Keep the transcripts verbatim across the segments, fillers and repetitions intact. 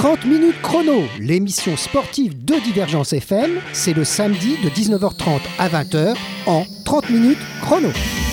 trente minutes chrono, l'émission sportive de Divergence F M, c'est le samedi de dix-neuf heures trente à vingt heures en trente minutes chrono.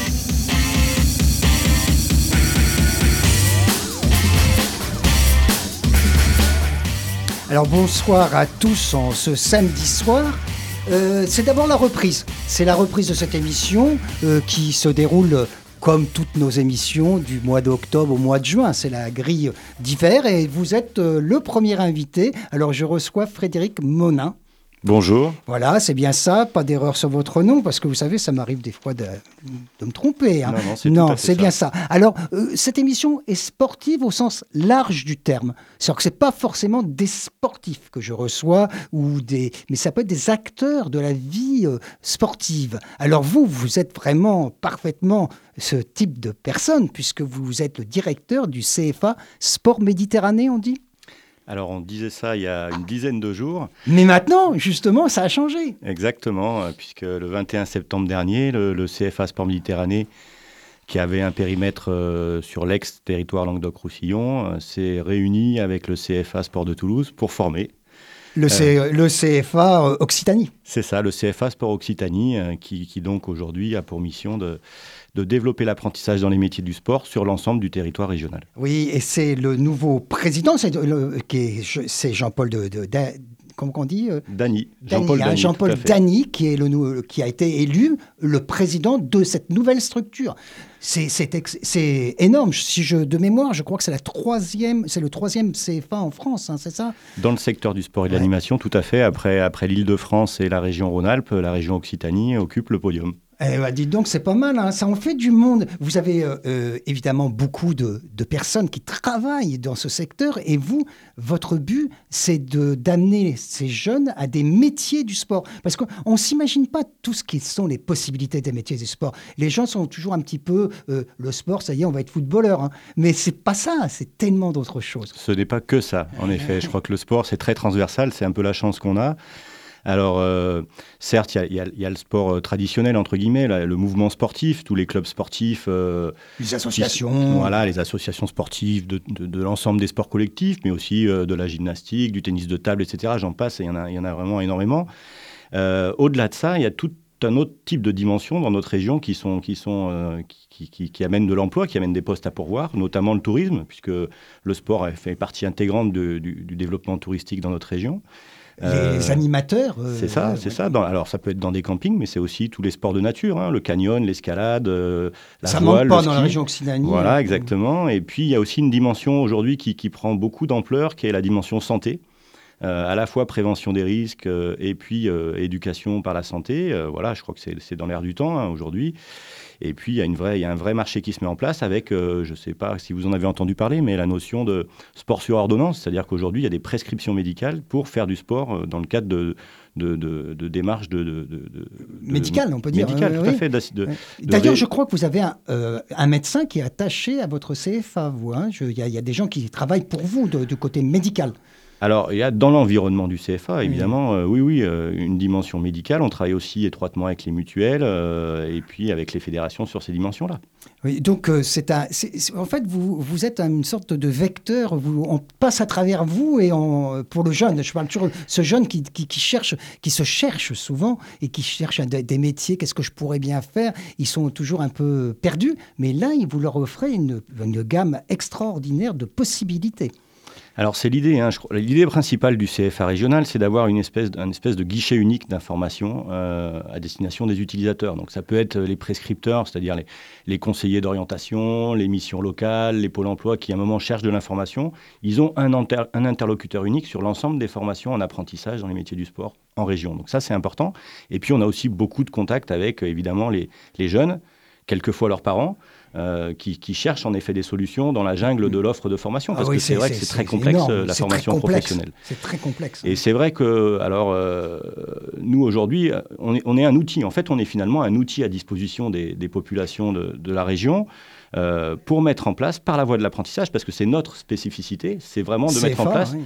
Alors bonsoir à tous en ce samedi soir. Euh, c'est d'abord la reprise. C'est la reprise de cette émission euh, qui se déroule comme toutes nos émissions du mois d'octobre au mois de juin. C'est la grille d'hiver et vous êtes euh, le premier invité. Alors je reçois Frédéric Monin. Bonjour. Voilà, c'est bien ça, pas d'erreur sur votre nom, parce que vous savez, ça m'arrive des fois de, de me tromper. Hein. Non, non, c'est, non, tout à fait c'est ça. bien ça. Alors, euh, cette émission est sportive au sens large du terme. C'est-à-dire que ce n'est pas forcément des sportifs que je reçois, ou des, mais ça peut être des acteurs de la vie euh, sportive. Alors vous, vous êtes vraiment parfaitement ce type de personne, puisque vous êtes le directeur du C F A Sport Méditerranée, on dit ? Alors, on disait ça il y a une dizaine de jours. Mais maintenant, justement, ça a changé. Exactement, euh, puisque le vingt et un septembre dernier, le, le C F A Sport Méditerranée, qui avait un périmètre euh, sur l'ex-territoire Languedoc-Roussillon, euh, s'est réuni avec le C F A Sport de Toulouse pour former. Le, C, euh, le C F A euh, Occitanie. C'est ça, le C F A Sport Occitanie, euh, qui, qui donc aujourd'hui a pour mission de... de développer l'apprentissage dans les métiers du sport sur l'ensemble du territoire régional. Oui, et c'est le nouveau président, c'est, le, qui est, c'est Jean-Paul de, de, de comment on dit euh, Dany. Jean-Paul Dany, hein, Jean-Paul Dany, qui, est le, qui a été élu le président de cette nouvelle structure. C'est, c'est, ex, c'est énorme. Si je, de mémoire, je crois que c'est, la troisième, c'est le troisième C F A en France, hein, c'est ça ? Dans le secteur du sport et de ouais. l'animation, tout à fait. Après, après l'Île-de-France et la région Rhône-Alpes, la région Occitanie occupe le podium. Eh ben, dites donc, c'est pas mal, hein. Ça en fait du monde. Vous avez euh, euh, évidemment beaucoup de, de personnes qui travaillent dans ce secteur et vous, votre but, c'est de, d'amener ces jeunes à des métiers du sport. Parce qu'on ne s'imagine pas tout ce qui sont les possibilités des métiers du sport. Les gens sont toujours un petit peu, euh, le sport, ça y est, on va être footballeur. Hein. Mais c'est pas ça, c'est tellement d'autres choses. Ce n'est pas que ça, en effet. Je crois que le sport, c'est très transversal, c'est un peu la chance qu'on a. Alors, euh, certes, il y, y, y a le sport euh, traditionnel, entre guillemets, là, le mouvement sportif, tous les clubs sportifs. Euh, les associations. Qui, voilà, les associations sportives de, de, de l'ensemble des sports collectifs, mais aussi euh, de la gymnastique, du tennis de table, et cetera. J'en passe, il y en a, y en a vraiment énormément. Euh, au-delà de ça, il y a tout un autre type de dimensions dans notre région qui, sont, qui, sont, euh, qui, qui, qui amènent de l'emploi, qui amènent des postes à pourvoir, notamment le tourisme, puisque le sport fait partie intégrante de, du, du développement touristique dans notre région. Les euh, animateurs euh, C'est ça, c'est ouais. ça. Dans, alors, ça peut être dans des campings, mais c'est aussi tous les sports de nature, hein, le canyon, l'escalade, euh, la ça voile, manque pas le dans ski. la région Occitanie. Voilà, exactement. Et puis, il y a aussi une dimension aujourd'hui qui, qui prend beaucoup d'ampleur, qui est la dimension santé. Euh, à la fois prévention des risques euh, et puis euh, éducation par la santé. Euh, voilà, je crois que c'est, c'est dans l'air du temps hein, aujourd'hui. Et puis, il y a une vraie, il y a un vrai marché qui se met en place avec, euh, je ne sais pas si vous en avez entendu parler, mais la notion de sport sur ordonnance. C'est-à-dire qu'aujourd'hui, il y a des prescriptions médicales pour faire du sport euh, dans le cadre de, de, de, de démarches de, de, de, de, médicales, on peut dire. Médicales, euh, tout oui. à fait. De, de, D'ailleurs, de... je crois que vous avez un, euh, un médecin qui est attaché à votre C F A, vous. Hein. Il y, y a des gens qui travaillent pour vous de, du côté médical. Alors, il y a dans l'environnement du C F A, évidemment, oui, euh, oui, oui euh, une dimension médicale. On travaille aussi étroitement avec les mutuelles euh, et puis avec les fédérations sur ces dimensions-là. Oui, donc, euh, c'est un, c'est, c'est, en fait, vous, vous êtes une sorte de vecteur. Vous, on passe à travers vous et on, pour le jeune, je parle toujours ce jeune qui, qui, qui, cherche, qui se cherche souvent et qui cherche des, des métiers, qu'est-ce que je pourrais bien faire ? Ils sont toujours un peu perdus, mais là, vous leur offrez une, une gamme extraordinaire de possibilités. Alors, c'est l'idée. Hein, je crois, l'idée principale du C F A régional, c'est d'avoir une espèce, un espèce de guichet unique d'information euh, à destination des utilisateurs. Donc, ça peut être les prescripteurs, c'est-à-dire les, les conseillers d'orientation, les missions locales, les pôles emploi qui, à un moment, cherchent de l'information. Ils ont un, inter, un interlocuteur unique sur l'ensemble des formations en apprentissage dans les métiers du sport en région. Donc, ça, c'est important. Et puis, on a aussi beaucoup de contacts avec, évidemment, les, les jeunes, quelquefois leurs parents, Euh, qui, qui cherchent en effet des solutions dans la jungle de l'offre de formation, parce ah oui, que c'est, c'est vrai que c'est, c'est très complexe énorme. La c'est formation professionnelle. C'est très complexe. Et c'est vrai que, alors, euh, nous aujourd'hui, on est, on est un outil. En fait, on est finalement un outil à disposition des, des populations de, de la région euh, pour mettre en place, par la voie de l'apprentissage, parce que c'est notre spécificité, c'est vraiment de C F A, mettre en place. Oui.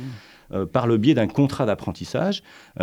euh, par le biais d'un contrat d'apprentissage,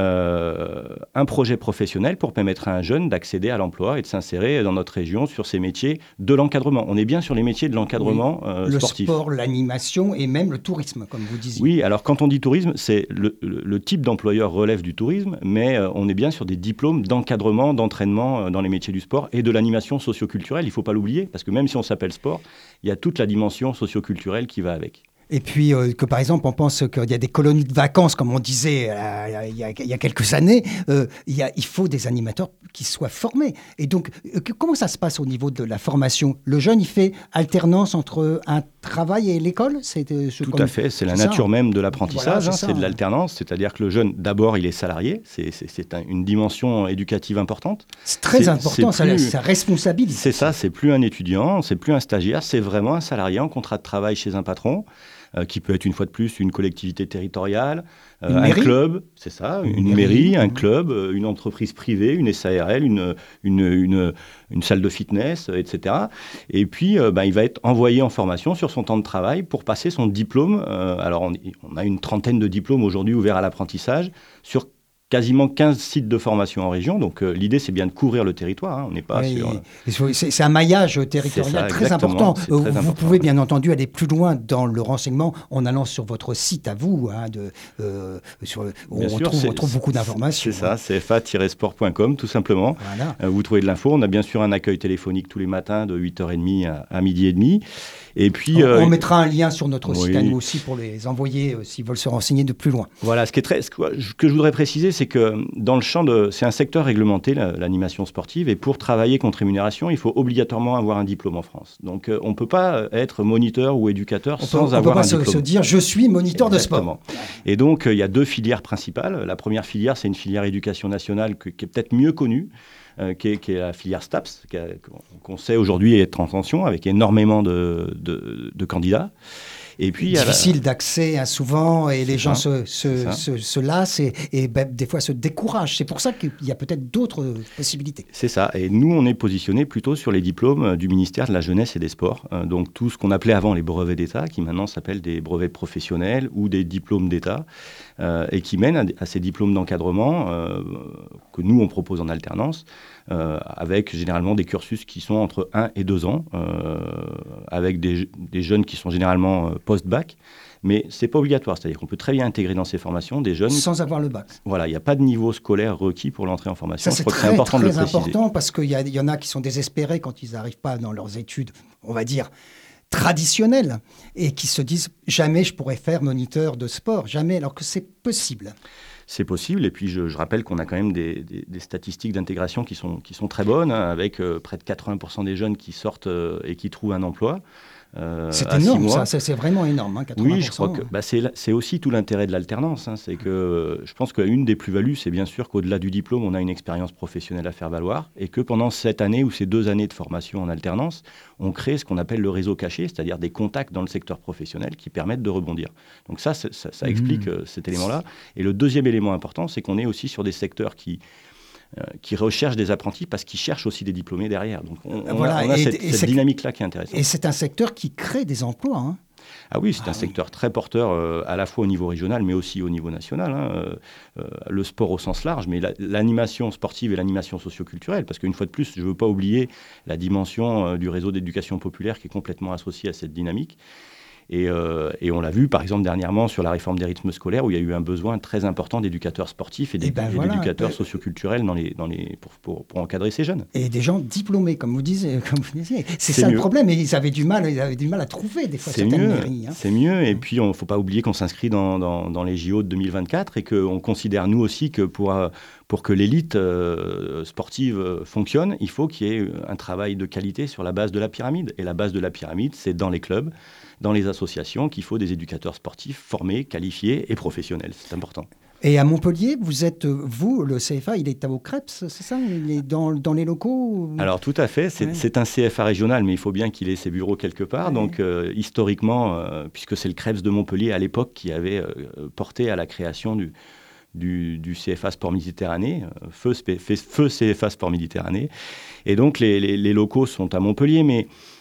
euh, un projet professionnel pour permettre à un jeune d'accéder à l'emploi et de s'insérer dans notre région sur ces métiers de l'encadrement. On est bien sur les métiers de l'encadrement oui. euh, le sportif. Le sport, l'animation et même le tourisme, comme vous disiez. Oui, alors quand on dit tourisme, c'est le, le, le type d'employeur relève du tourisme, mais euh, on est bien sur des diplômes d'encadrement, d'entraînement euh, dans les métiers du sport et de l'animation socio-culturelle. Il ne faut pas l'oublier, parce que même si on s'appelle sport, il y a toute la dimension socio-culturelle qui va avec. Et puis euh, que par exemple on pense qu'il y a des colonies de vacances comme on disait euh, il, y a, il y a quelques années, euh, il, y a, il faut des animateurs qui soient formés. Et donc euh, comment ça se passe au niveau de la formation? Le jeune il fait alternance entre un travail et l'école? C'est, euh, Tout comme... à fait, c'est la nature ça. même de l'apprentissage, voilà, c'est, hein, c'est de l'alternance, hein. C'est-à-dire que le jeune d'abord il est salarié, c'est, c'est, c'est un, une dimension éducative importante. C'est très c'est, important, c'est plus, ça, ça responsabilise. C'est ça, c'est plus un étudiant, c'est plus un stagiaire, c'est vraiment un salarié en contrat de travail chez un patron. Euh, qui peut être une fois de plus une collectivité territoriale, euh, un club, c'est ça, une, une mairie, mairie, un club, euh, une entreprise privée, une S A R L, une, une, une, une salle de fitness, euh, et cetera. Et puis, euh, bah, il va être envoyé en formation sur son temps de travail pour passer son diplôme. Euh, alors, on, on a une trentaine de diplômes aujourd'hui ouverts à l'apprentissage sur quasiment quinze sites de formation en région. Donc, euh, l'idée, c'est bien de couvrir le territoire. Hein. On n'est pas oui, sur... C'est, c'est un maillage territorial ça, très important. Très vous important, pouvez, bien entendu, aller plus loin dans le renseignement en allant sur votre site à vous. Hein, de, euh, sur, on, sûr, retrouve, on trouve beaucoup d'informations. C'est ça, c'est f a tiret sport point com, tout simplement. Voilà. Euh, vous trouvez de l'info. On a bien sûr un accueil téléphonique tous les matins de huit heures trente à, à midi et demi. Et puis, on, euh, on mettra un lien sur notre oui. site à nous aussi pour les envoyer euh, s'ils veulent se renseigner de plus loin. Voilà, ce, qui est très, ce que je voudrais préciser, c'est que dans le champ de... C'est un secteur réglementé, la, l'animation sportive, et pour travailler contre rémunération, il faut obligatoirement avoir un diplôme en France. Donc, euh, on ne peut pas être moniteur ou éducateur on sans peut, avoir on peut un pas diplôme. Se, se dire, je suis moniteur Exactement. de sport. Et donc, euh, il y a deux filières principales. La première filière, c'est une filière éducation nationale que, qui est peut-être mieux connue, Euh, qui, est, qui est la filière STAPS, qui a, qu'on sait aujourd'hui être en tension, avec énormément de, de, de candidats. Et puis, difficile la... d'accès hein, souvent, et c'est les ça, gens se, se, se, se lassent et, et ben, des fois se découragent. C'est pour ça qu'il y a peut-être d'autres possibilités. C'est ça. Et nous, on est positionnés plutôt sur les diplômes du ministère de la Jeunesse et des Sports. Euh, donc tout ce qu'on appelait avant les brevets d'État, qui maintenant s'appellent des brevets professionnels ou des diplômes d'État, euh, et qui mènent à, à ces diplômes d'encadrement euh, que nous, on propose en alternance, euh, avec généralement des cursus qui sont entre un et deux ans, euh, avec des, des jeunes qui sont généralement euh, post-bac, mais ce n'est pas obligatoire. C'est-à-dire qu'on peut très bien intégrer dans ces formations des jeunes... Sans avoir le bac. Voilà, il n'y a pas de niveau scolaire requis pour l'entrée en formation. Ça, c'est Je crois très, que c'est important très de le préciser. important parce qu'il y, y en a qui sont désespérés quand ils n'arrivent pas dans leurs études, on va dire, traditionnelles, et qui se disent « jamais je pourrais faire moniteur de sport, jamais », alors que c'est possible. C'est possible, et puis je, je rappelle qu'on a quand même des, des, des statistiques d'intégration qui sont, qui sont très bonnes, hein, avec euh, près de quatre-vingts pour cent des jeunes qui sortent euh, et qui trouvent un emploi. Euh, c'est énorme, ça, c'est, c'est vraiment énorme, hein, quatre-vingts pour cent. Oui, je crois que bah, c'est, c'est aussi tout l'intérêt de l'alternance. Hein, c'est que je pense qu'une des plus-values, c'est bien sûr qu'au-delà du diplôme, on a une expérience professionnelle à faire valoir, et que pendant cette année ou ces deux années de formation en alternance, on crée ce qu'on appelle le réseau caché, c'est-à-dire des contacts dans le secteur professionnel qui permettent de rebondir. Donc ça, ça, ça explique mmh. euh, cet élément-là. Et le deuxième élément important, c'est qu'on est aussi sur des secteurs qui... Euh, qui recherchent des apprentis parce qu'ils cherchent aussi des diplômés derrière. Donc on, on voilà, a, on a et, cette, et cette dynamique-là qui est intéressante. Et c'est un secteur qui crée des emplois. Hein. Ah oui, c'est ah un oui. secteur très porteur euh, à la fois au niveau régional mais aussi au niveau national. Hein. Euh, euh, le sport au sens large, mais la, l'animation sportive et l'animation socio-culturelle, parce qu'une fois de plus, je ne veux pas oublier la dimension euh, du réseau d'éducation populaire qui est complètement associée à cette dynamique. Et, euh, et on l'a vu, par exemple, dernièrement sur la réforme des rythmes scolaires, où il y a eu un besoin très important d'éducateurs sportifs et, et, ben et voilà, d'éducateurs ben... socioculturels dans les, dans les, pour, pour, pour encadrer ces jeunes. Et des gens diplômés, comme vous disiez. Comme vous disiez. C'est, c'est ça mieux. Le problème, et ils avaient, du mal, ils avaient du mal à trouver des fois c'est certaines mieux, mairies. Hein. C'est mieux, et puis il ne faut pas oublier qu'on s'inscrit dans, dans, dans les J O de deux mille vingt-quatre et qu'on considère, nous aussi, que pour... Euh, Pour que l'élite euh, sportive euh, fonctionne, il faut qu'il y ait un travail de qualité sur la base de la pyramide. Et la base de la pyramide, c'est dans les clubs, dans les associations, qu'il faut des éducateurs sportifs formés, qualifiés et professionnels. C'est important. Et à Montpellier, vous êtes, vous, le C F A, il est à Vaux-Crêpes, c'est ça? Il est dans, dans les locaux? Alors tout à fait, c'est, ouais. c'est un C F A régional, mais il faut bien qu'il ait ses bureaux quelque part. Ouais. Donc euh, historiquement, euh, puisque c'est le Crêpes de Montpellier à l'époque qui avait euh, porté à la création du... Du, du C F A Sport Méditerranée, feu, feu C F A Sport Méditerranée. Et donc, les, les, les locaux sont à Montpellier, mais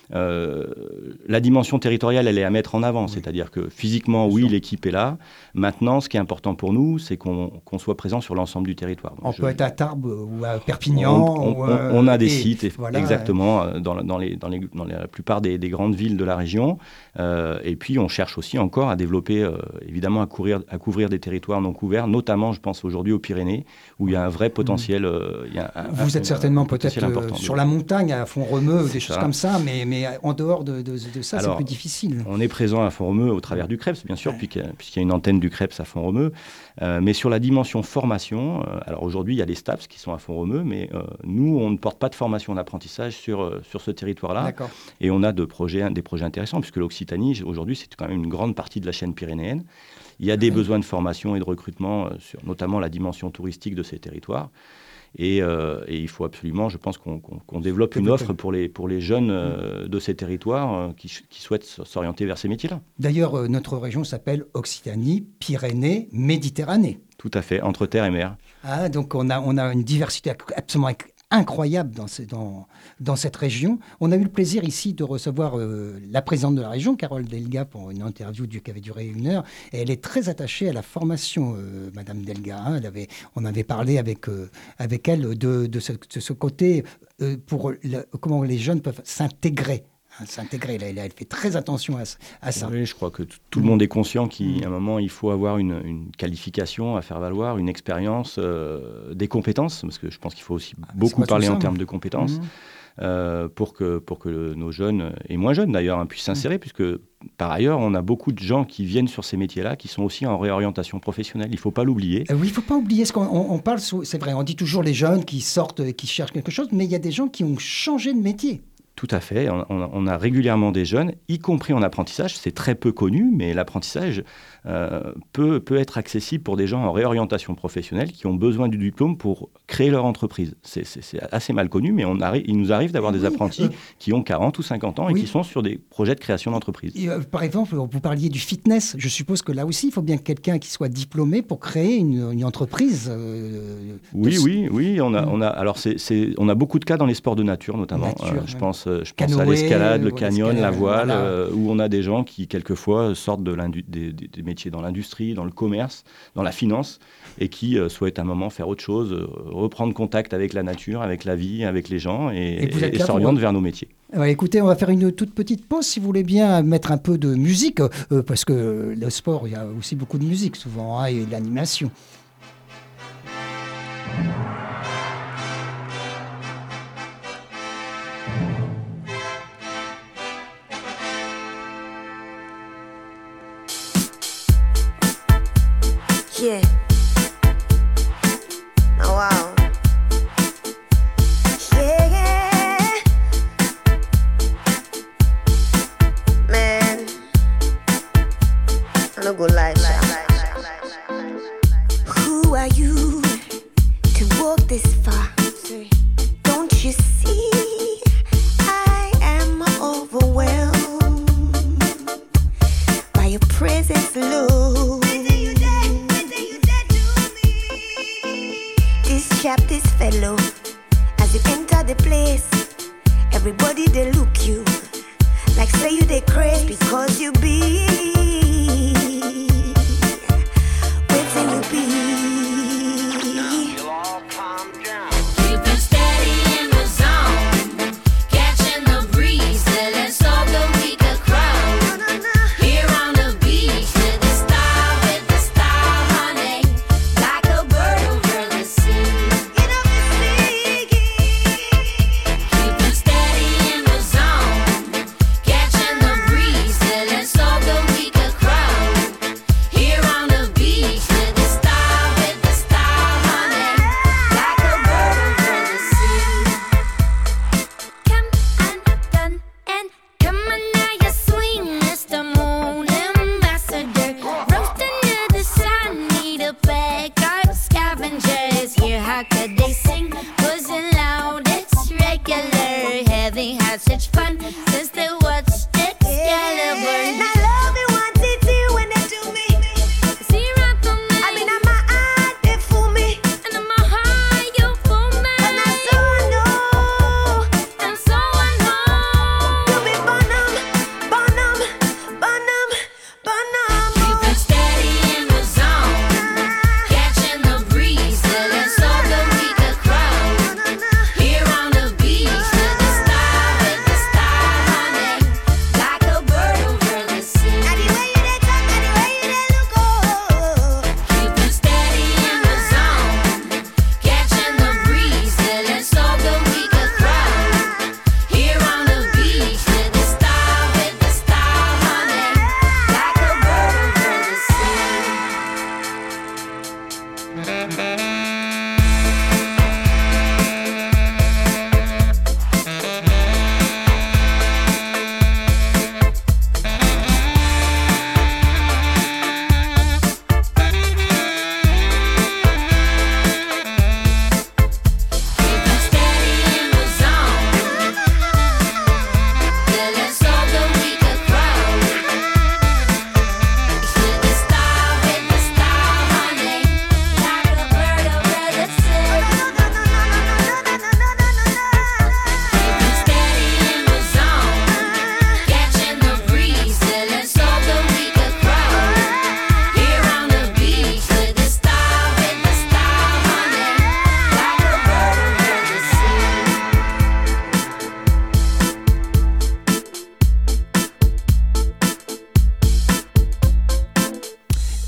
Euh, la dimension territoriale, elle est à mettre en avant, oui. C'est-à-dire que physiquement, oui, l'équipe est là. Maintenant, ce qui est important pour nous, c'est qu'on, qu'on soit présent sur l'ensemble du territoire. Donc, on je... peut être à Tarbes ou à Perpignan. On, on, ou euh, on a des et, sites, voilà, exactement, euh... dans, dans, les, dans, les, dans la plupart des, des grandes villes de la région. Euh, et puis, on cherche aussi encore à développer, euh, évidemment, à couvrir, à couvrir des territoires non couverts, notamment, je pense aujourd'hui aux Pyrénées, où il y a un vrai potentiel. Euh, il y a un, Vous un, êtes certainement un peut-être important, sur la montagne, à Font-Romeu, des choses ça. comme ça, mais, mais en dehors de, de, de ça, Alors, c'est plus difficile. On est présent à Font-Romeu au travers du Creps, bien sûr, ouais. puisqu'il, y a, puisqu'il y a une antenne du Creps à Font-Romeu. Euh, mais sur la dimension formation, euh, alors aujourd'hui, il y a les STAPS qui sont à Font-Romeu, mais euh, nous, on ne porte pas de formation d'apprentissage sur, euh, sur ce territoire-là. D'accord. Et on a de projets, des projets intéressants, puisque l'Occitanie, aujourd'hui, c'est quand même une grande partie de la chaîne pyrénéenne. Il y a des oui. besoins de formation et de recrutement, euh, sur notamment la dimension touristique de ces territoires. Et, euh, et il faut absolument, je pense, qu'on, qu'on, qu'on développe une offre pour les, pour les jeunes euh, de ces territoires euh, qui, qui souhaitent s'orienter vers ces métiers-là. D'ailleurs, euh, notre région s'appelle Occitanie, Pyrénées, Méditerranée. Tout à fait, entre terre et mer. Ah, donc on a, on a une diversité absolument incroyable dans, ce, dans, dans cette région. On a eu le plaisir ici de recevoir euh, la présidente de la région, Carole Delga, pour une interview qui avait duré une heure. Et elle est très attachée à la formation, euh, Madame Delga. Hein. Elle avait, on avait parlé avec, euh, avec elle de, de, ce, de ce côté, euh, pour le, comment les jeunes peuvent s'intégrer. s'intégrer. Elle, elle fait très attention à, à ça. Oui, je crois que t- tout le monde est conscient qu'à un moment, il faut avoir une, une qualification à faire valoir, une expérience, euh, des compétences, parce que je pense qu'il faut aussi ah, beaucoup parler en termes de compétences, mmh. euh, pour, que, pour que nos jeunes, et moins jeunes d'ailleurs, hein, puissent s'insérer, mmh. puisque par ailleurs, on a beaucoup de gens qui viennent sur ces métiers-là, qui sont aussi en réorientation professionnelle. Il ne faut pas l'oublier. Euh, oui, il ne faut pas oublier. Ce qu'on on, on parle, c'est vrai, on dit toujours les jeunes qui sortent, qui cherchent quelque chose, mais il y a des gens qui ont changé de métier. Tout à fait. On, on, on a régulièrement des jeunes, y compris en apprentissage. C'est très peu connu, mais l'apprentissage euh, peut, peut être accessible pour des gens en réorientation professionnelle qui ont besoin du diplôme pour créer leur entreprise. C'est, c'est, c'est assez mal connu, mais on arri- il nous arrive d'avoir oui, des apprentis euh, qui ont quarante ou cinquante ans oui. et qui sont sur des projets de création d'entreprise. Et, euh, par exemple, vous parliez du fitness. Je suppose que là aussi, il faut bien quelqu'un qui soit diplômé pour créer une, une entreprise. Euh, oui, de... oui, oui. On a, on a, alors c'est, c'est, on a beaucoup de cas dans les sports de nature, notamment. Nature, euh, je ouais. pense Je pense Canoë, à l'escalade, le canyon, l'escalade, la voile, voilà. euh, où on a des gens qui, quelquefois, sortent de des, des, des métiers dans l'industrie, dans le commerce, dans la finance, et qui euh, souhaitent à un moment faire autre chose, euh, reprendre contact avec la nature, avec la vie, avec les gens, et, et, et, et s'orientent pour... vers nos métiers. Ouais, écoutez, on va faire une toute petite pause, si vous voulez bien mettre un peu de musique, euh, parce que le sport, il y a aussi beaucoup de musique, souvent, hein, et de l'animation. Yeah. Oh, wow. Yeah, yeah. Man, I'm no good life. Who are you to walk this far? Don't you see? I am overwhelmed by your presence, Lord. Chap this fellow as you enter the place. Everybody they look you like say you they crazy because you be waiting you be. Now you'll all calm down. Keep it steady in the zone, catching the breeze till it's all the weaker crowd. No, no, no. Here on the beach with the star, with the star, honey, like a bird over the sea. Such fun since they watched it Excalibur. I love it once it's you when they do me. See right from me. I mean, I'm my eye, they fool me. And I'm my heart, you fool me. And I so I know. And so I know. You be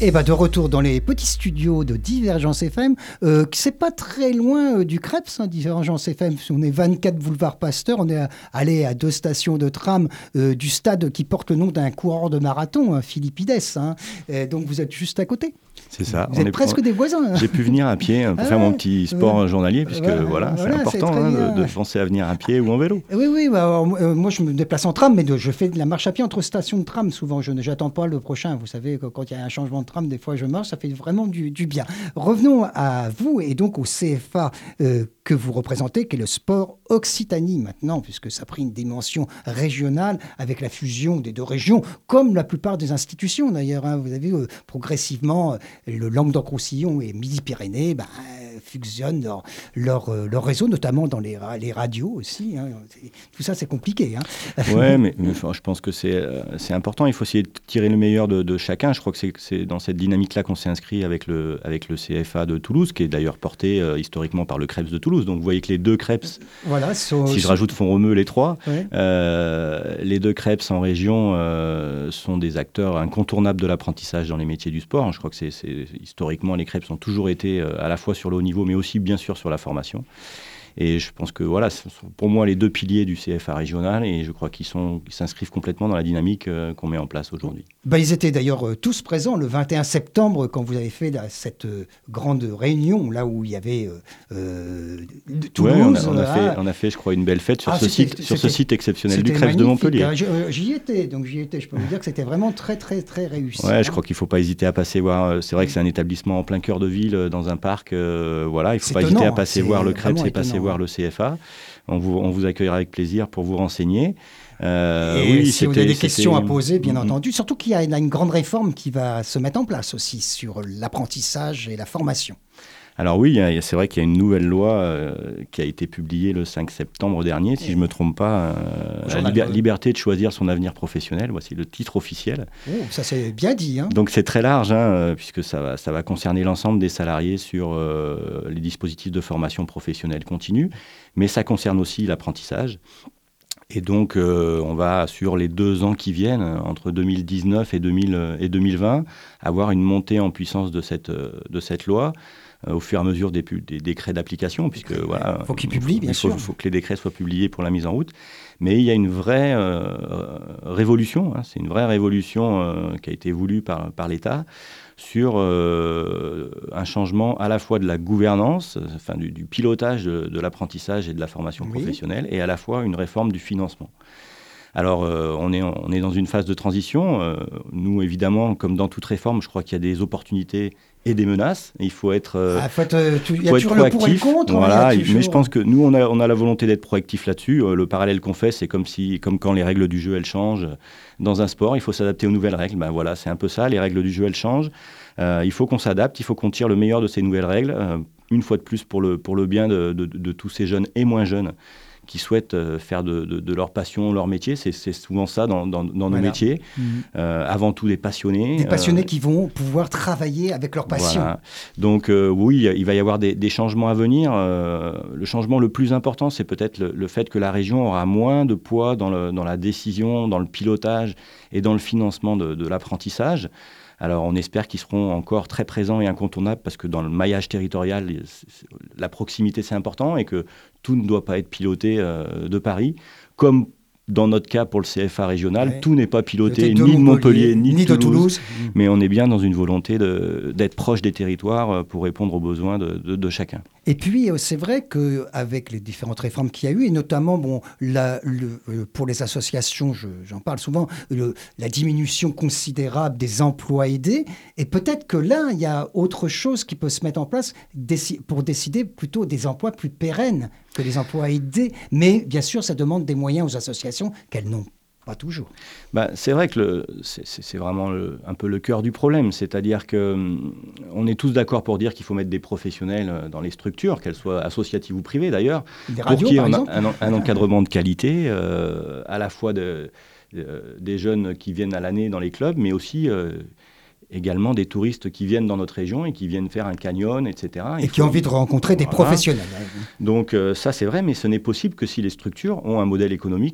Et bah de retour dans les petits studios de Divergence F M, euh, c'est pas très loin euh, du Crêpes, hein, Divergence F M. On est vingt-quatre boulevard Pasteur, on est à- allé à deux stations de tram euh, du stade qui porte le nom d'un coureur de marathon, hein, Philippides. Hein. Et donc vous êtes juste à côté. C'est ça. Vous on êtes est presque des voisins. Hein. J'ai pu venir à pied euh, pour Ah faire mon ouais, petit sport ouais. journalier, puisque Voilà, voilà, voilà, c'est c'est important très hein, bien. de, de penser à venir à pied ou en vélo. Oui, oui, bah, alors, euh, moi je me déplace en tram, mais de- je fais de la marche à pied entre stations de tram souvent. Je n'attends pas le prochain. Vous savez, que quand il y a un changement de tram, des fois je marche, ça fait vraiment du, du bien. Revenons à vous et donc au C F A euh, que vous représentez, qui est le sport Occitanie maintenant, puisque ça a pris une dimension régionale avec la fusion des deux régions, comme la plupart des institutions d'ailleurs. Hein. Vous avez vu, euh, progressivement, euh, le Languedoc-Roussillon et Midi-Pyrénées ben, euh, fusionnent leur, leur, euh, leur réseau, notamment dans les, ra- les radios aussi. Hein. C'est- Tout ça, c'est compliqué. Hein. Ouais, mais, mais, enfin, je pense que c'est euh, c'est important. Il faut essayer de tirer le meilleur de, de chacun. Je crois que c'est- c'est dans cette dynamique-là qu'on s'est inscrit avec le, avec le C F A de Toulouse, qui est d'ailleurs porté euh, historiquement par le Crêpes de Toulouse. Donc vous voyez que les deux Crêpes, Voilà, so- si je so- rajoute Font-Romeu, les trois, ouais. euh, les deux Crêpes en région euh, sont des acteurs incontournables de l'apprentissage dans les métiers du sport. Je crois que c'est c'est- historiquement, les Crêpes ont toujours été euh, à la fois sur le haut niveau, mais aussi bien sûr sur la formation. Et je pense que voilà, ce sont pour moi les deux piliers du C F A régional, et je crois qu'ils sont, ils s'inscrivent complètement dans la dynamique euh, qu'on met en place aujourd'hui. Ben, ils étaient d'ailleurs euh, tous présents le vingt et un septembre quand vous avez fait là, cette euh, grande réunion, là où il y avait euh, euh, de Toulouse. Ouais, on, a, on, a euh, fait, ah, on a fait, je crois, une belle fête sur, Ah, ce, c'était- site, sur ce c'était- site exceptionnel du c'était Crêpes de magnifique, Montpellier. hein. Je- euh, J'y étais, donc j'y étais. Je peux vous dire que c'était vraiment très, très, très réussi. Ouais, hein. je crois qu'il ne faut pas hésiter à passer voir. euh, C'est vrai que c'est un établissement en plein cœur de ville, euh, dans un parc. euh, voilà, il ne faut C'est pas étonnant, hésiter à passer c'est voir le Crêpes vraiment et passer étonnant. voir le C F A. On vous, on vous accueillera avec plaisir pour vous renseigner. Euh, Et oui, si vous c'était- avez des c'était- questions à poser, bien Mhm. entendu, surtout qu'il y a une grande réforme qui va se mettre en place aussi sur l'apprentissage et la formation. Alors oui, il y a- c'est vrai qu'il y a une nouvelle loi euh, qui a été publiée le cinq septembre dernier, si Et- je ne me trompe pas, euh, la Journal liber- de- liberté de choisir son avenir professionnel, voici le titre officiel. Oh, ça c'est bien dit. Hein. Donc c'est très large, hein, euh, puisque ça va, ça va concerner l'ensemble des salariés sur euh, les dispositifs de formation professionnelle continue, mais ça concerne aussi l'apprentissage. Et donc euh, on va, sur les deux ans qui viennent, entre deux mille dix-neuf et, deux mille, et deux mille vingt, avoir une montée en puissance de cette, euh, de cette loi, euh, au fur et à mesure des, pu- des décrets d'application, puisque voilà, Faut qu'ils publient, bien il faut, sûr. faut que les décrets soient publiés pour la mise en route. Mais il y a une vraie euh, révolution, hein, c'est une vraie révolution euh, qui a été voulue par, par l'État sur euh, un changement à la fois de la gouvernance, euh, enfin du, du pilotage de, de l'apprentissage et de la formation Oui. professionnelle, et à la fois une réforme du financement. Alors, euh, on, est, on est dans une phase de transition. Euh, nous, évidemment, comme dans toute réforme, je crois qu'il y a des opportunités et des menaces. Et il faut être, euh, Ah, faut être, euh, tu- il y a faut être toujours le pour et le proactif. contre. hein, Voilà, il y a toujours- mais je pense que nous, on a, on a la volonté d'être proactif là-dessus. Euh, le parallèle qu'on fait, c'est comme, si, comme quand les règles du jeu, elles changent. Dans un sport, il faut s'adapter aux nouvelles règles. Ben voilà, c'est un peu ça. Les règles du jeu, elles changent. Euh, il faut qu'on s'adapte, il faut qu'on tire le meilleur de ces nouvelles règles. Euh, une fois de plus, pour le, pour le bien de, de, de tous ces jeunes et moins jeunes qui souhaitent euh, faire de, de, de leur passion leur métier. C'est, c'est souvent ça dans, dans, dans nos Voilà. métiers. Mhm. Euh, avant tout, des passionnés. Des passionnés Euh, qui vont pouvoir travailler avec leur passion. voilà. Donc euh, oui, il va y avoir des, des changements à venir. Euh, le changement le plus important, c'est peut-être le, le fait que la région aura moins de poids dans, le, dans la décision, dans le pilotage et dans le financement de, de l'apprentissage. Alors on espère qu'ils seront encore très présents et incontournables, parce que dans le maillage territorial, c'est- c'est- la proximité c'est important, et que tout ne doit pas être piloté euh, de Paris. Comme dans notre cas pour le C F A régional, Ouais. tout n'est pas piloté Peut-être ni de Montpellier, ni de Toulouse. Toulouse. Mais on est bien dans une volonté de- d'être proche des territoires euh, pour répondre aux besoins de, de- de chacun. Et puis, euh, c'est vrai qu'avec les différentes réformes qu'il y a eu, et notamment bon, la- le- euh, pour les associations, je- j'en parle souvent, le- la diminution considérable des emplois aidés, et peut-être que là, il y a autre chose qui peut se mettre en place déci- pour décider plutôt des emplois plus pérennes que les emplois aidés. Mais bien sûr, ça demande des moyens aux associations qu'elles n'ont pas toujours. Bah, c'est vrai que le- c'est- c'est c'est vraiment le- un peu le cœur du problème. C'est-à-dire qu'on est tous d'accord pour dire qu'il faut mettre des professionnels euh, dans les structures, qu'elles soient associatives ou privées d'ailleurs, Des pour radios, qu'il y ait par un, exemple. un en- un encadrement de qualité, euh, à la fois de, de- des jeunes qui viennent à l'année dans les clubs, mais aussi euh, également des touristes qui viennent dans notre région et qui viennent faire un canyon, et cetera. Et Il qui faut- ont envie de rencontrer des Voilà. professionnels. Donc euh, ça, c'est vrai, mais ce n'est possible que si les structures ont un modèle économique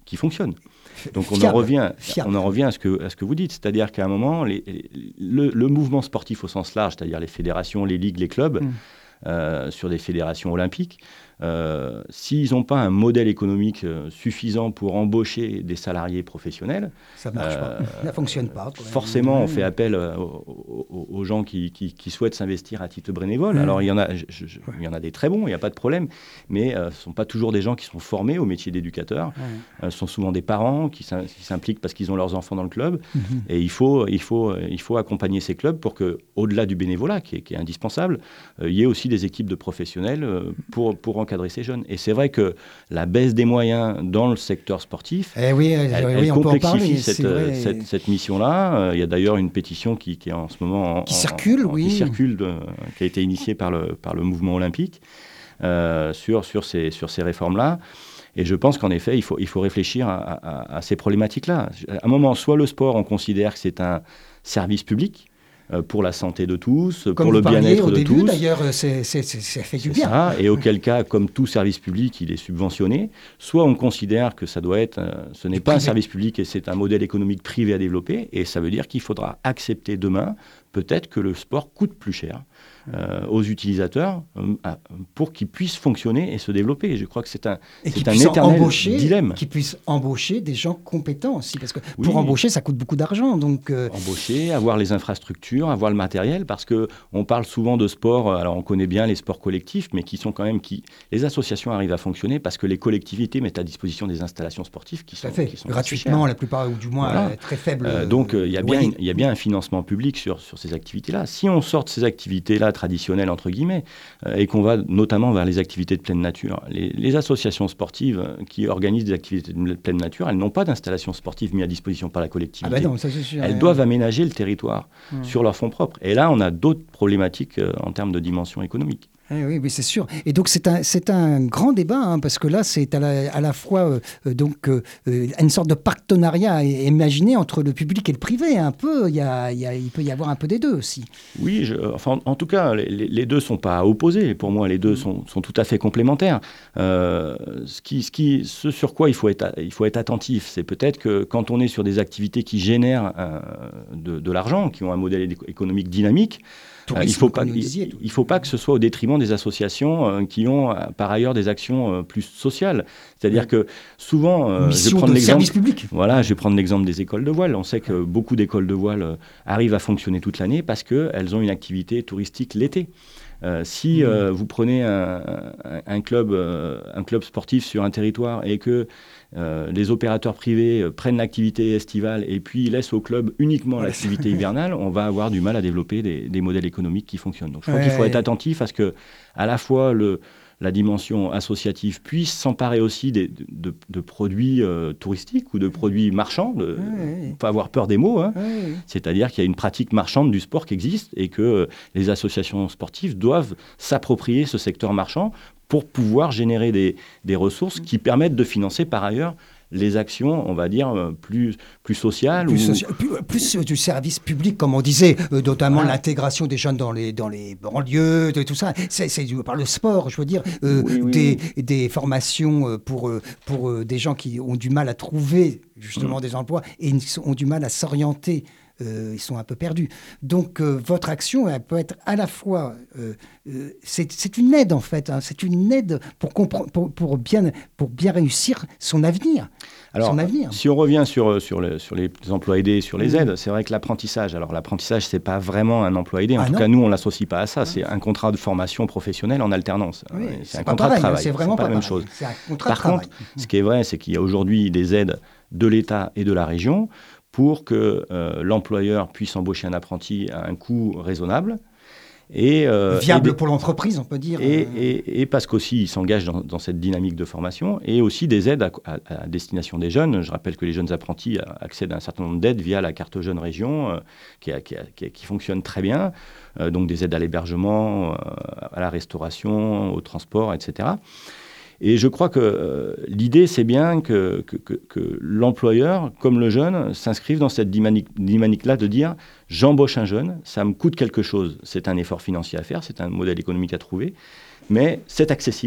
qui fonctionne. Donc on Fiable. en revient, Fiable. on en revient à ce que, à ce que vous dites, c'est-à-dire qu'à un moment, les, les- le, le mouvement sportif au sens large, c'est-à-dire les fédérations, les ligues, les clubs, Mm. euh, sur des fédérations olympiques, euh, s'ils n'ont pas un modèle économique euh, suffisant pour embaucher des salariés professionnels, Ça marche Euh, pas. Ça fonctionne pas. quoi. forcément, on Ouais. fait appel euh, aux, aux- aux gens qui, qui- qui souhaitent s'investir à titre bénévole. Ouais. Alors, il y en a, je- je- il y en a des très bons, il n'y a pas de problème, mais euh, ce ne sont pas toujours des gens qui sont formés au métier d'éducateur. Ouais. Euh, ce sont souvent des parents qui s'im- qui s'impliquent parce qu'ils ont leurs enfants dans le club. Mhm. Et il faut, il, faut, euh, il faut accompagner ces clubs pour que, au-delà du bénévolat, qui est, qui est indispensable, euh, il y ait aussi des équipes de professionnels euh, pour, pour encadrer ces jeunes. Et c'est vrai que la baisse des moyens dans le secteur sportif, Eh oui, euh, elle, oui, elle on peut en complexifie parler. cette, c'est euh, vrai. cette, cette mission-là. Euh, il y a d'ailleurs une pétition qui, qui est en ce moment en- Qui en- circule, en- oui. qui circule, de- qui a été initiée par le, par le mouvement olympique euh, sur, sur ces, sur ces réformes-là. Et je pense qu'en effet, il faut, il faut réfléchir à, à- à ces problématiques-là. À un moment, soit le sport, on considère que c'est un service public euh, pour la santé de tous, Comme pour le vous parliez bien-être au de début, tous. d'ailleurs, euh, c'est, c'est, c'est- ça fait du C'est bien. ça, et auquel cas, comme tout service public, il est subventionné. Soit on considère que ça doit être, euh, ce n'est Du pas un privé. service public et c'est un modèle économique privé à développer. Et ça veut dire qu'il faudra accepter demain, peut-être que le sport coûte plus cher euh, aux utilisateurs euh, à- pour qu'ils puissent fonctionner et se développer. Et je crois que c'est un, Et qu'ils c'est un puissent éternel embaucher, dilemme. qu'ils puissent embaucher des gens compétents aussi, parce que Oui. pour embaucher, ça coûte beaucoup d'argent. Donc, euh, Embaucher, avoir les infrastructures, avoir le matériel, parce que on parle souvent de sport. Alors on connaît bien les sports collectifs, mais qui sont quand même qui les associations arrivent à fonctionner parce que les collectivités mettent à disposition des installations sportives qui tout sont, à fait, qui sont gratuitement, la plupart, ou du moins Voilà. euh, très faible. Euh, donc euh, il y a bien loyer. une- il y a bien un financement public sur sur ces activités-là. Si on sort de ces activités-là traditionnelles entre guillemets euh, et qu'on va notamment vers les activités de pleine nature, les, les associations sportives euh, qui organisent des activités de pleine nature, elles n'ont pas d'installations sportives mises à disposition par la Ah collectivité. ben non, ça c'est sûr. Elles hein. doivent aménager le territoire Hmm. sur leurs fonds propres. Et là, on a d'autres problématiques euh, en termes de dimension économique. Eh oui, oui, c'est sûr. Et donc c'est un, c'est un grand débat, hein, parce que là, c'est à la, à la fois euh, euh, donc, euh, euh, une sorte de partenariat é- imaginé entre le public et le privé. Un peu, il, y a, il, y a, il peut y avoir un peu des deux aussi. Oui, je- enfin, en tout cas, les, les deux ne sont pas opposés. Pour moi, les deux sont, sont tout à fait complémentaires. Euh, ce, qui, ce, qui, ce sur quoi il faut être, il faut être attentif, c'est peut-être que quand on est sur des activités qui génèrent euh, de, de l'argent, qui ont un modèle éco- économique dynamique, Euh, il ne faut, pas- comme vous il- disiez, tout. il faut pas que ce soit au détriment des associations euh, qui ont euh, par ailleurs des actions euh, plus sociales. C'est-à-dire Oui. que souvent, euh, je vais Mission prendre de l'exemple. service public. Voilà, je vais prendre l'exemple des écoles de voile. On sait que beaucoup d'écoles de voile euh, arrivent à fonctionner toute l'année parce qu'elles ont une activité touristique l'été. Euh, si euh, vous prenez un, un- un club, euh, un club sportif sur un territoire et que euh, les opérateurs privés euh, prennent l'activité estivale et puis laissent au club uniquement Voilà. l'activité hivernale, on va avoir du mal à développer des, des modèles économiques qui fonctionnent. Donc je crois Ouais, qu'il faut ouais. être attentif à ce que, à la fois, le, la dimension associative puisse s'emparer aussi des- de, de- de produits euh, touristiques ou de produits marchands. Il ne Ouais, faut pas avoir peur des mots, hein. ouais. C'est-à-dire qu'il y a une pratique marchande du sport qui existe et que euh, les associations sportives doivent s'approprier ce secteur marchand pour pouvoir générer des, des ressources qui permettent de financer par ailleurs les actions, on va dire, euh, plus, plus sociales. Plus, ou... socia- plus, plus, euh, du service public, comme on disait, euh, notamment Voilà. l'intégration des jeunes dans les, dans les banlieues, de- tout ça. C'est, c'est du- par le sport, je veux dire, euh, Oui, oui, des, des formations euh, pour, euh, pour euh, des gens qui ont du mal à trouver justement Mm. des emplois et ils sont- ont du mal à s'orienter. Euh, ils sont un peu perdus. Donc, euh, votre action, elle peut être à la fois... euh, euh, c'est, c'est une aide, en fait. hein. C'est une aide pour, comprendre, pour, pour, bien, pour bien réussir son avenir. Alors, son avenir. si on revient sur, sur, le- sur les emplois aidés, sur les Mhm. aides, c'est vrai que l'apprentissage, alors l'apprentissage, c'est pas vraiment un emploi aidé. En Ah tout non. cas, nous, on l'associe pas à ça. C'est un contrat de formation professionnelle en alternance. Oui, Euh, c'est un pas contrat pareil, de hein, travail. C'est vraiment pas, pas la même pareil. chose. C'est un contrat Par de travail. contre, ce qui est vrai, c'est qu'il y a aujourd'hui des aides de l'État et de la région pour que euh, l'employeur puisse embaucher un apprenti à un coût raisonnable. Et, euh, Viable et des- pour l'entreprise, on peut dire. et, euh, et- et parce qu'aussi, ils s'engagent dans, dans cette dynamique de formation et aussi des aides à, à- à destination des jeunes. Je rappelle que les jeunes apprentis accèdent à un certain nombre d'aides via la carte jeune région euh, qui, a- qui a- qui a- qui fonctionne très bien. Euh, donc des aides à l'hébergement, euh, à la restauration, au transport, et cetera. Et je crois que euh, l'idée, c'est bien que, que- que- que l'employeur, comme le jeune, s'inscrive dans cette dynamique- dynamique-là de dire « j'embauche un jeune, ça me coûte quelque chose, c'est un effort financier à faire, c'est un modèle économique à trouver, mais c'est accessible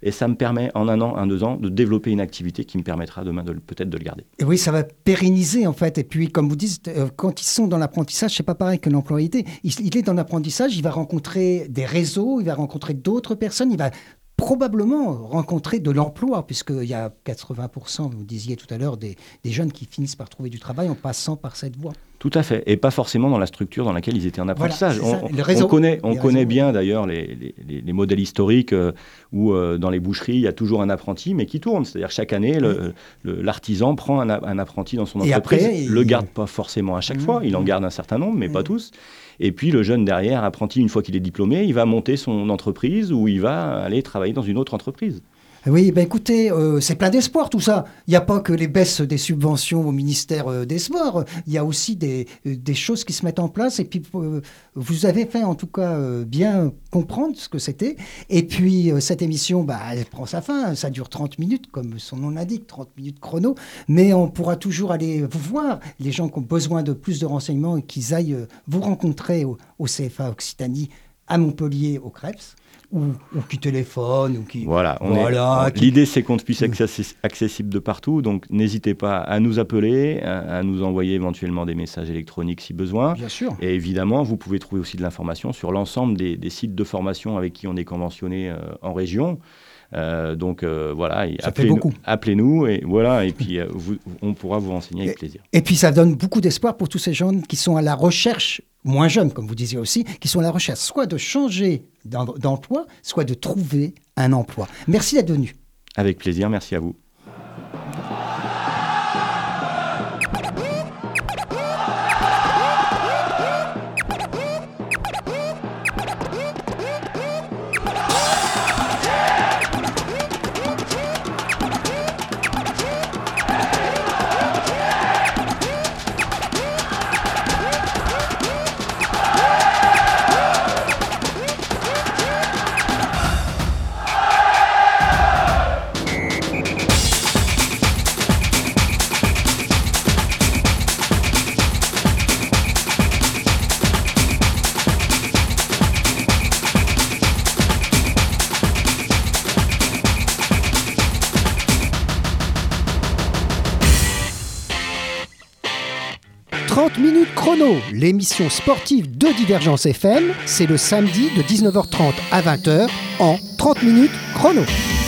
et ça me permet en un an, un, deux ans, de développer une activité qui me permettra demain de, peut-être de le garder. Et oui, ça va pérenniser en fait. Et puis, comme vous dites, euh, quand ils sont dans l'apprentissage, c'est pas pareil que l'employé. Il, il est dans l'apprentissage, il va rencontrer des réseaux, il va rencontrer d'autres personnes, il va probablement rencontrer de l'emploi, puisqu'il y a quatre-vingts pour cent, vous disiez tout à l'heure, des, des jeunes qui finissent par trouver du travail en passant par cette voie. Tout à fait, et pas forcément dans la structure dans laquelle ils étaient en apprentissage. Voilà, on, le réseau, on connaît, on connaît réseaux. bien d'ailleurs les, les, les modèles historiques euh, où euh, dans les boucheries, il y a toujours un apprenti, mais qui tourne. C'est-à-dire chaque année, le, le, l'artisan prend un, un apprenti dans son Et entreprise, après, il ne le il... garde pas forcément à chaque mmh, fois, il mmh. en garde un certain nombre, mais mmh. pas tous. Et puis le jeune derrière, apprenti, une fois qu'il est diplômé, il va monter son entreprise ou il va aller travailler dans une autre entreprise. Oui, ben écoutez, euh, c'est plein d'espoir tout ça. Il n'y a pas que les baisses des subventions au ministère euh, des Sports, il y a aussi des, euh, des choses qui se mettent en place. Et puis, euh, vous avez fait en tout cas euh, bien comprendre ce que c'était. Et puis, euh, cette émission, bah, elle prend sa fin. Ça dure trente minutes, comme son nom l'indique, trente minutes chrono. Mais on pourra toujours aller vous voir, les gens qui ont besoin de plus de renseignements et qu'ils aillent euh, vous rencontrer au, au C F A Occitanie, à Montpellier, au Creps. Ou, ou qui téléphone, ou qui... Voilà, on voilà est, qui... l'idée c'est qu'on puisse être accessible de partout, donc n'hésitez pas à nous appeler, à, à nous envoyer éventuellement des messages électroniques si besoin. Bien sûr. Et évidemment, vous pouvez trouver aussi de l'information sur l'ensemble des, des sites de formation avec qui on est conventionné euh, en région. Euh, donc euh, voilà, ça appelez, fait beaucoup. Nous, appelez-nous et voilà, et puis euh, vous, on pourra vous renseigner avec et, plaisir. Et puis ça donne beaucoup d'espoir pour tous ces gens qui sont à la recherche, moins jeunes comme vous disiez aussi, qui sont à la recherche soit de changer d'emploi, soit de trouver un emploi. Merci d'être venu. Avec plaisir, merci à vous. trente minutes chrono, l'émission sportive de Divergence F M, c'est le samedi de dix-neuf heures trente à vingt heures en trente minutes chrono.